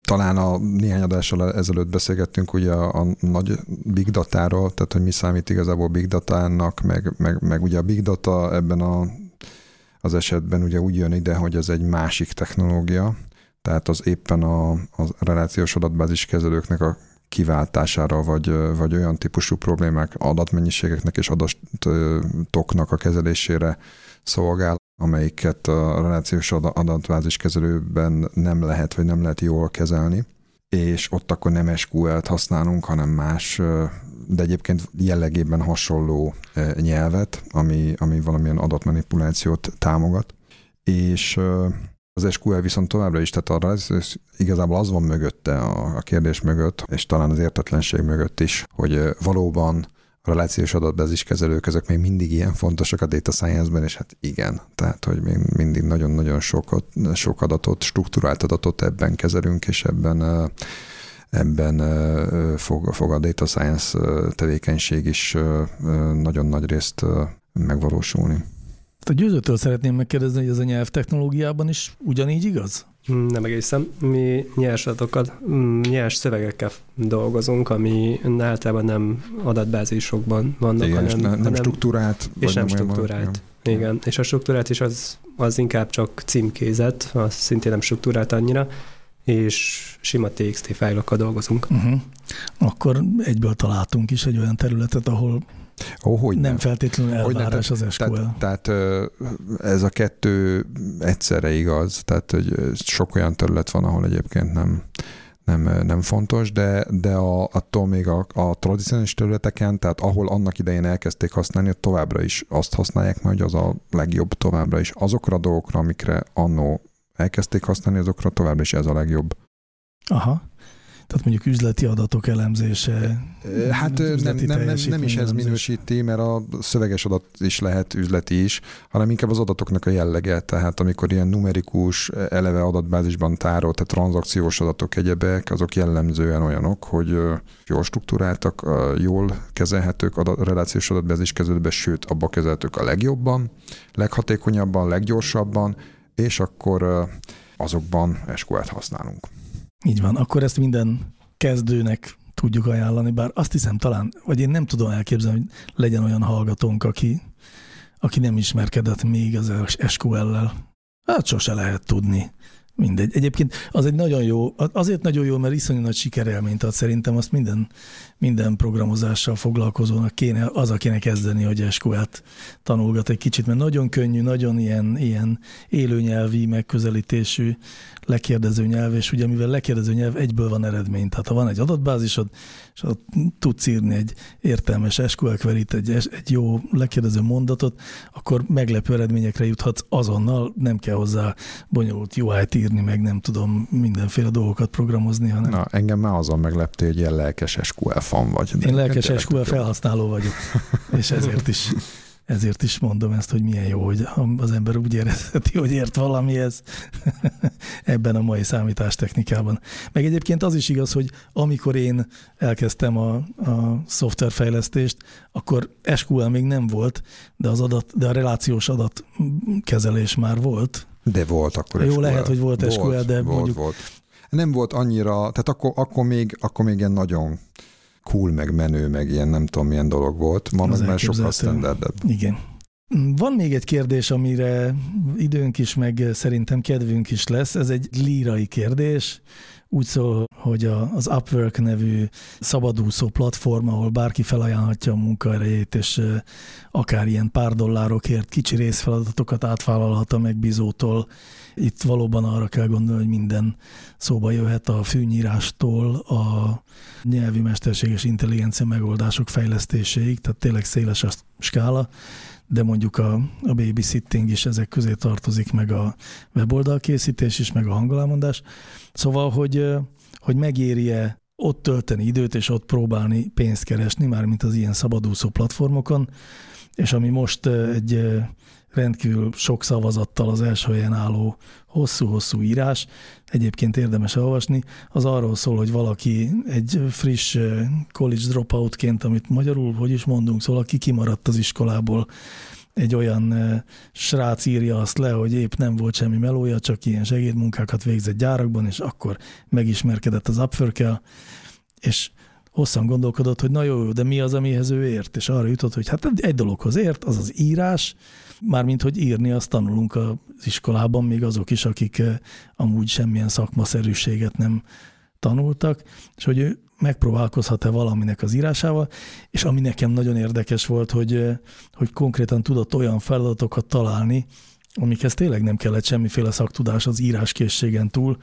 Talán a néhány adással ezelőtt beszélgettünk ugye a nagy big datáról, tehát hogy mi számít igazából big datának, meg ugye a big data ebben az esetben ugye úgy jön ide, hogy ez egy másik technológia, tehát az éppen a relációs adatbázis kezelőknek a kiváltására, vagy olyan típusú problémák, adatmennyiségeknek és adatoknak a kezelésére szolgál, amelyiket a relációs adatbázis kezelőben nem lehet, vagy nem lehet jól kezelni, és ott akkor nem SQL-t használunk, hanem más, de egyébként jellegében hasonló nyelvet, ami valamilyen adatmanipulációt támogat, és az SQL viszont továbbra is, tehát igazából az van mögötte, a kérdés mögött, és talán az értetlenség mögött is, hogy valóban a relációs adatbázis kezelők, ezek még mindig ilyen fontosak a data science-ben, és hát igen, tehát hogy még mindig nagyon-nagyon sok adatot, struktúrált adatot ebben kezelünk, és ebben fog a data science tevékenység is nagyon nagy részt megvalósulni. A Győzőtől szeretném megkérdezni, hogy ez a nyelvtechnológiában is ugyanígy igaz? Nem egészen. Mi nyers adatokat, nyers szövegekkel dolgozunk, ami általában nem adatbázisokban vannak, igen, nem struktúrált. És nem struktúrált. Igen, és a struktúrált is az inkább csak címkézet, az szintén nem struktúrált annyira, és sima TXT fájlokkal dolgozunk. Akkor egyből találtunk is egy olyan területet, ahol nem feltétlenül elvárás az SQL. Tehát ez a kettő egyszerre igaz, tehát hogy sok olyan terület van, ahol egyébként nem fontos, de attól még a tradicionális területeken, tehát ahol annak idején elkezdték használni, továbbra is azt használják, hogy az a legjobb továbbra is. Azokra a dolgokra, amikre annó elkezdték használni, azokra továbbra is ez a legjobb. Aha. Tehát mondjuk üzleti adatok elemzése. Hát nem is ez minősíti, mert a szöveges adat is lehet üzleti is, hanem inkább az adatoknak a jellege. Tehát amikor ilyen numerikus, eleve adatbázisban tárolt, tehát tranzakciós adatok, egyebek, azok jellemzően olyanok, hogy jól struktúráltak, jól kezelhetők a relációs adatbázis kezelőben, sőt, abba kezelhetők a legjobban, leghatékonyabban, leggyorsabban, és akkor azokban SQL-t használunk. Így van, akkor ezt minden kezdőnek tudjuk ajánlani, bár azt hiszem talán, vagy én nem tudom elképzelni, hogy legyen olyan hallgatónk, aki nem ismerkedett még az SQL-lel. Hát sose lehet tudni. Mindegy. Egyébként az egy nagyon jó, azért nagyon jó, mert iszonyú nagy sikerélményt ad. Szerintem azt minden programozással foglalkozónak kéne kezdeni, hogy SQL-t tanulgat egy kicsit, mert nagyon könnyű, nagyon ilyen élőnyelvi megközelítésű lekérdező nyelv, és ugye mivel lekérdező nyelv egyből van eredmény, tehát ha van egy adatbázisod, és ott tudsz írni egy értelmes SQL queryt, egy jó lekérdező mondatot, akkor meglepő eredményekre juthatsz azonnal, nem kell hozzá bonyolult UI-t írni, meg nem tudom mindenféle dolgokat programozni, hanem... Na, engem már azon meglepte, hogy ilyen lelkes SQL fan vagy. Én lelkes SQL felhasználó vagyok, és ezért is mondom ezt, hogy milyen jó, hogy az ember úgy érezheti, hogy ért valamihez ebben a mai számítástechnikában. Meg egyébként az is igaz, hogy amikor én elkezdtem a szoftverfejlesztést, akkor SQL még nem volt, de a relációs adatkezelés már volt. De volt akkor SQL. Jó, lehet, hogy volt SQL, de mondjuk... Volt. Nem volt annyira, tehát akkor még ilyen nagyon cool, meg menő, meg ilyen nem tudom milyen dolog volt. Ma meg már sokkal standardebb. Igen. Van még egy kérdés, amire időnk is, meg szerintem kedvünk is lesz. Ez egy lírai kérdés. Úgy szól, hogy az Upwork nevű szabadúszó platform, ahol bárki felajánlhatja a munkaerejét, és akár ilyen pár dollárokért kicsi részfeladatokat átvállalhat a megbízótól. Itt valóban arra kell gondolni, hogy minden szóba jöhet a fűnyírástól a nyelvi mesterséges intelligencia megoldások fejlesztéséig, tehát tényleg széles a skála, de mondjuk a babysitting is ezek közé tartozik, meg a weboldalkészítés is, meg a hangolámondás. Szóval, hogy megéri-e ott tölteni időt, és ott próbálni pénzt keresni, mármint az ilyen szabadúszó platformokon, és ami most egy rendkívül sok szavazattal az első helyen álló hosszú-hosszú írás, egyébként érdemes olvasni, az arról szól, hogy valaki egy friss college dropoutként, amit magyarul, hogy is mondunk, szóval aki kimaradt az iskolából, egy olyan srác írja azt le, hogy épp nem volt semmi melója, csak ilyen segédmunkákat végzett gyárakban, és akkor megismerkedett az Upwork-kel, és hosszan gondolkodott, hogy na jó, de mi az, amihez ő ért? És arra jutott, hogy hát egy dologhoz ért, az az írás, mármint, hogy írni azt tanulunk az iskolában, még azok is, akik amúgy semmilyen szakmaszerűséget nem tanultak, és hogy ő megpróbálkozhat-e valaminek az írásával, és ami nekem nagyon érdekes volt, hogy konkrétan tudott olyan feladatokat találni, amikhez tényleg nem kellett semmiféle szaktudás az íráskészségen túl,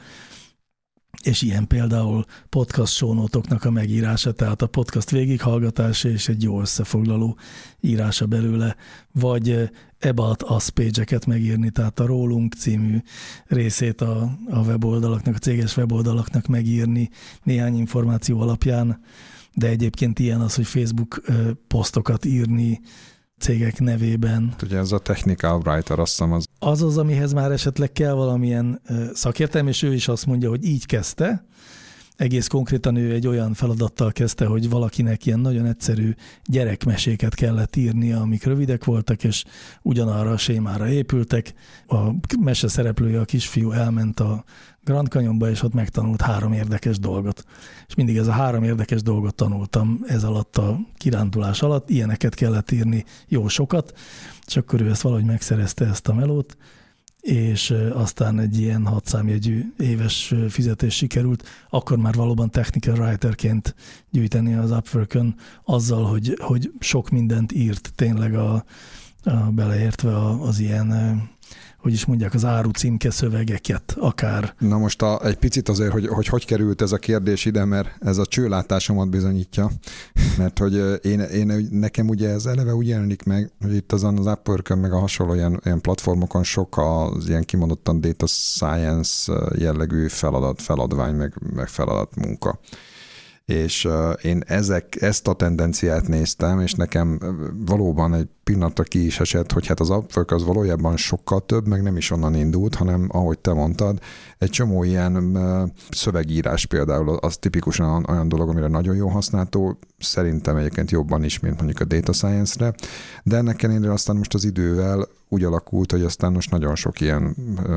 és ilyen például podcast show-notoknak a megírása, tehát a podcast végighallgatása és egy jó összefoglaló írása belőle, vagy about us page-eket megírni, tehát a Rólunk című részét a weboldalaknak, a céges weboldalaknak megírni néhány információ alapján, de egyébként ilyen az, hogy Facebook posztokat írni cégek nevében. Ugye ez a technical writer, azt hiszem az, amihez már esetleg kell valamilyen szakértelem, és ő is azt mondja, hogy így kezdte. Egész konkrétan ő egy olyan feladattal kezdte, hogy valakinek ilyen nagyon egyszerű gyerekmeséket kellett írnia, amik rövidek voltak, és ugyanarra a sémára épültek. A mese szereplője, a kisfiú elment a Grand Canyonba, és ott megtanult 3 érdekes dolgot. És mindig ez a 3 érdekes dolgot tanultam ez alatt a kirándulás alatt, ilyeneket kellett írni, jó sokat, és akkor ő ezt valahogy megszerezte, ezt a melót, és aztán egy ilyen 6 számjegyű éves fizetés sikerült, akkor már valóban technical writerként gyűjteni az Upworkön azzal, hogy sok mindent írt tényleg beleértve az ilyen, hogy is mondják, az árucímke szövegeket akár. Na most egy picit azért, hogy került ez a kérdés ide, mert ez a csőlátásomat bizonyítja, mert hogy nekem ugye ez eleve úgy jelenik meg, hogy itt az Upworkön meg a hasonló ilyen platformokon sok az ilyen kimondottan data science jellegű feladvány, meg feladatmunka. És én ezt a tendenciát néztem, és nekem valóban egy pillanatra ki is esett, hogy hát az Upwork az valójában sokkal több, meg nem is onnan indult, hanem ahogy te mondtad, egy csomó ilyen szövegírás például, az tipikusan olyan dolog, amire nagyon jó használható, szerintem egyébként jobban is, mint mondjuk a data science-re, de ennek ellenére aztán most az idővel úgy alakult, hogy aztán most nagyon sok ilyen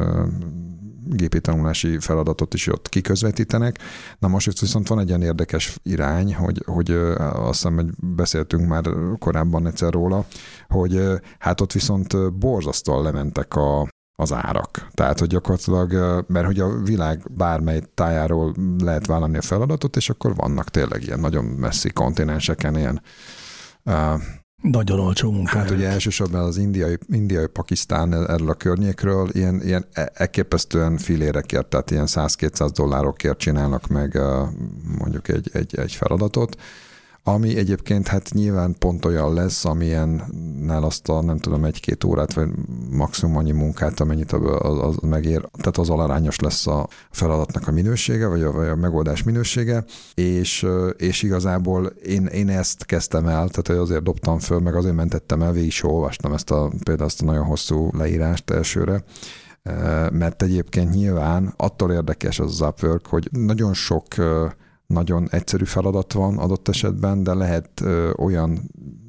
gépi tanulási feladatot is ott kiközvetítenek. Na most itt viszont van egy ilyen érdekes irány, hogy azt hiszem, hogy beszéltünk már korábban egyszer róla, hogy hát ott viszont borzasztóan lementek az árak. Tehát, hogy gyakorlatilag, mert hogy a világ bármely tájáról lehet vállalni a feladatot, és akkor vannak tényleg ilyen nagyon messzi kontinenseken ilyen nagyon olcsó munkájuk. Hát ugye elsősorban az indiai Pakisztán erről a környékről ilyen elképesztően filérekért, tehát ilyen $100-200 csinálnak meg mondjuk egy feladatot, ami egyébként hát nyilván pont olyan lesz, amilyennel azt a nem tudom 1-2 órát, vagy maximum annyi munkát, amennyit az megér, tehát az alarányos lesz a feladatnak a minősége, vagy a megoldás minősége, és igazából én ezt kezdtem el, tehát azért dobtam föl, meg azért mentettem el, végig is olvastam például azt a nagyon hosszú leírást elsőre, mert egyébként nyilván attól érdekes az Upwork, hogy nagyon sok nagyon egyszerű feladat van adott esetben, de lehet olyan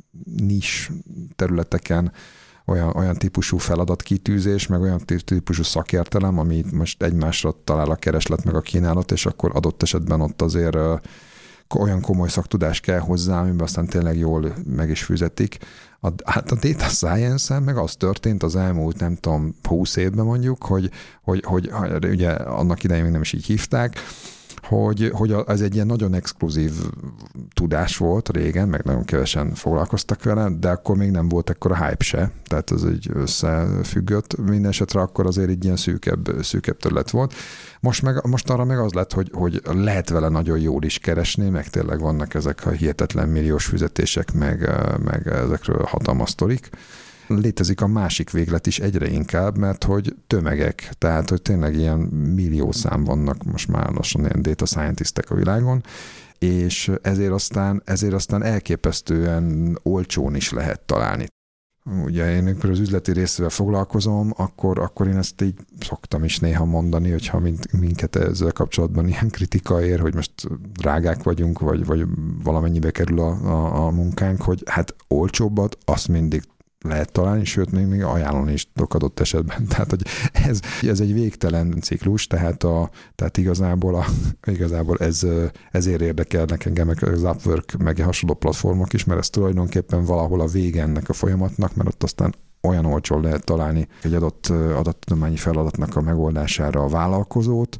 nis területeken olyan típusú feladatkitűzés, meg olyan típusú szakértelem, ami most egymásra talál a kereslet meg a kínálat, és akkor adott esetben ott azért olyan komoly szaktudást kell hozzá, amiben aztán tényleg jól meg is fizetik. Hát a data science-en meg az történt az elmúlt, nem tudom, 20 évben mondjuk, hogy ugye annak idején még nem is így hívták, hogy ez egy ilyen nagyon exkluzív tudás volt régen, meg nagyon kevesen foglalkoztak vele, de akkor még nem volt ekkora hype se, tehát ez egy összefüggött. Minden esetre akkor azért egy ilyen szűkebb terület volt. Most arra meg az lett, hogy lehet vele nagyon jól is keresni, meg tényleg vannak ezek a hihetetlen milliós fizetések, meg ezekről hatalmas sztorik. Létezik a másik véglet is egyre inkább, mert hogy tömegek, tehát hogy tényleg ilyen milliószám vannak most már lassan ilyen data scientistek a világon, és ezért aztán elképesztően olcsón is lehet találni. Ugye én amikor az üzleti részével foglalkozom, akkor én ezt így szoktam is néha mondani, hogyha minket ezzel kapcsolatban ilyen kritika ér, hogy most drágák vagyunk, vagy valamennyibe kerül a munkánk, hogy hát olcsóbbat azt mindig lehet találni, sőt, még ajánlani is tudok adott esetben. Tehát, hogy ez egy végtelen ciklus, tehát igazából ezért érdekelnek engem az Upwork meg hasonló platformok is, mert ez tulajdonképpen valahol a vége ennek a folyamatnak, mert ott aztán olyan olcsón lehet találni egy adott adattudományi feladatnak a megoldására a vállalkozót,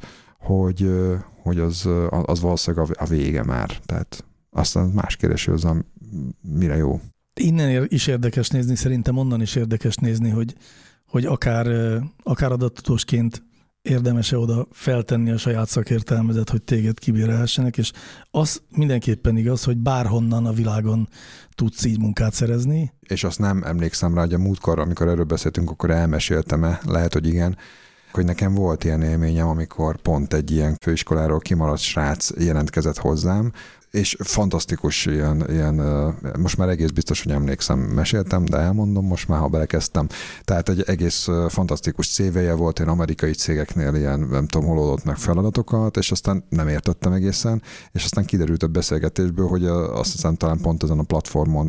hogy az valószínűleg a vége már. Tehát aztán más kérdés, hogy az mire jó. Innen is érdekes nézni, szerintem onnan is érdekes nézni, hogy akár adattudósként érdemes-e oda feltenni a saját szakértelmedet, hogy téged kibérelhessenek, és az mindenképpen igaz, hogy bárhonnan a világon tudsz így munkát szerezni. És azt nem emlékszem rá, hogy a múltkor, amikor erről beszéltünk, akkor elmeséltem-e, lehet, hogy igen, hogy nekem volt ilyen élményem, amikor pont egy ilyen főiskoláról kimaradt srác jelentkezett hozzám, és fantasztikus ilyen, most már egész biztos, hogy emlékszem, meséltem, de elmondom most már, ha belekezdtem. Tehát egy egész fantasztikus CV-je volt, ilyen amerikai cégeknél ilyen, nem tudom, hol oldott meg feladatokat, és aztán nem értettem egészen, és aztán kiderült a beszélgetésből, hogy azt hiszem talán pont ezen a platformon,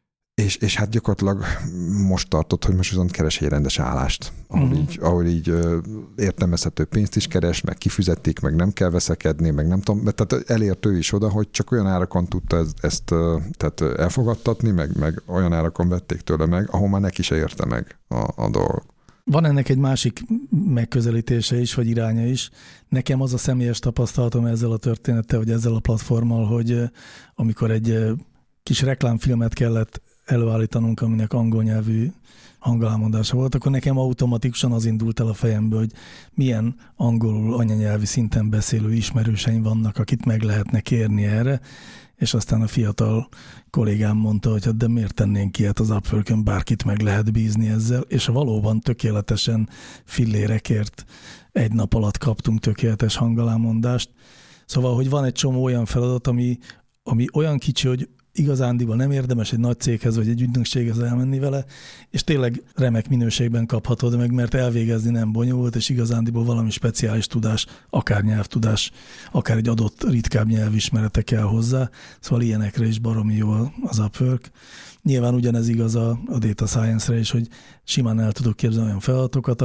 és hát gyakorlatilag most tartott, hogy most viszont keres egy rendes állást, ahol így értelmezhető pénzt is keres, meg kifizetik, meg nem kell veszekedni, meg nem tudom, tehát elért ő is oda, hogy csak olyan árakon tudta ezt tehát elfogadtatni, meg olyan árakon vették tőle meg, ahol már neki se érte meg a dolog. Van ennek egy másik megközelítése is, vagy iránya is. Nekem az a személyes tapasztalatom ezzel a történettel, hogy ezzel a platformmal, hogy amikor egy kis reklámfilmet kellett előállítanunk, aminek angol nyelvű hangelmondása volt, akkor nekem automatikusan az indult el a fejembe, hogy milyen angolul anyanyelvi szinten beszélő ismerőseim vannak, akit meg lehetne kérni erre, és aztán a fiatal kollégám mondta, hogy de miért tennénk ilyet az Upworkön, bárkit meg lehet bízni ezzel, és valóban tökéletesen fillérekért egy nap alatt kaptunk tökéletes hangalámondást. Szóval, hogy van egy csomó olyan feladat, ami olyan kicsi, hogy igazándiból nem érdemes egy nagy céghez vagy egy ügynökséghez elmenni vele, és tényleg remek minőségben kaphatod meg, mert elvégezni nem bonyolult, és igazándiból valami speciális tudás, akár nyelvtudás, akár egy adott ritkább nyelvismerete kell hozzá, szóval ilyenekre is baromi jó az Upwork. Nyilván ugyanez igaz a data science-re is, hogy simán el tudok képzelni olyan feladatokat,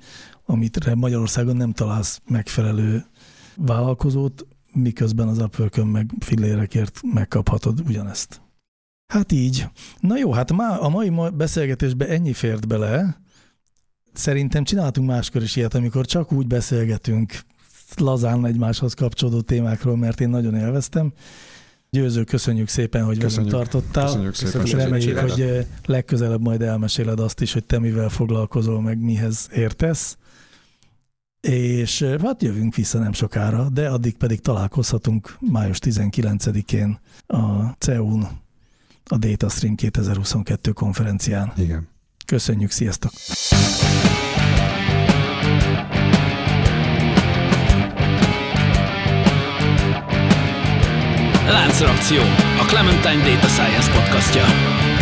amit Magyarországon nem találsz megfelelő vállalkozót, miközben az Upworkön meg fillérekért megkaphatod ugyanezt. Hát így. Na jó, hát a mai beszélgetésbe ennyi fért bele. Szerintem csináltunk máskor is ilyet, amikor csak úgy beszélgetünk lazán egymáshoz kapcsolódó témákról, mert én nagyon élveztem. Győző, köszönjük szépen, hogy velünk tartottál. Köszönjük szépen. Reméljük, hogy legközelebb majd elmeséled azt is, hogy te mivel foglalkozol, meg mihez értesz. És hát jövünk vissza nem sokára, de addig pedig találkozhatunk május 19-én a CEU-n, a DataStream 2022 konferencián. Igen. Köszönjük, sziasztok! Láncreakció, a Clementine Data Science podcastja.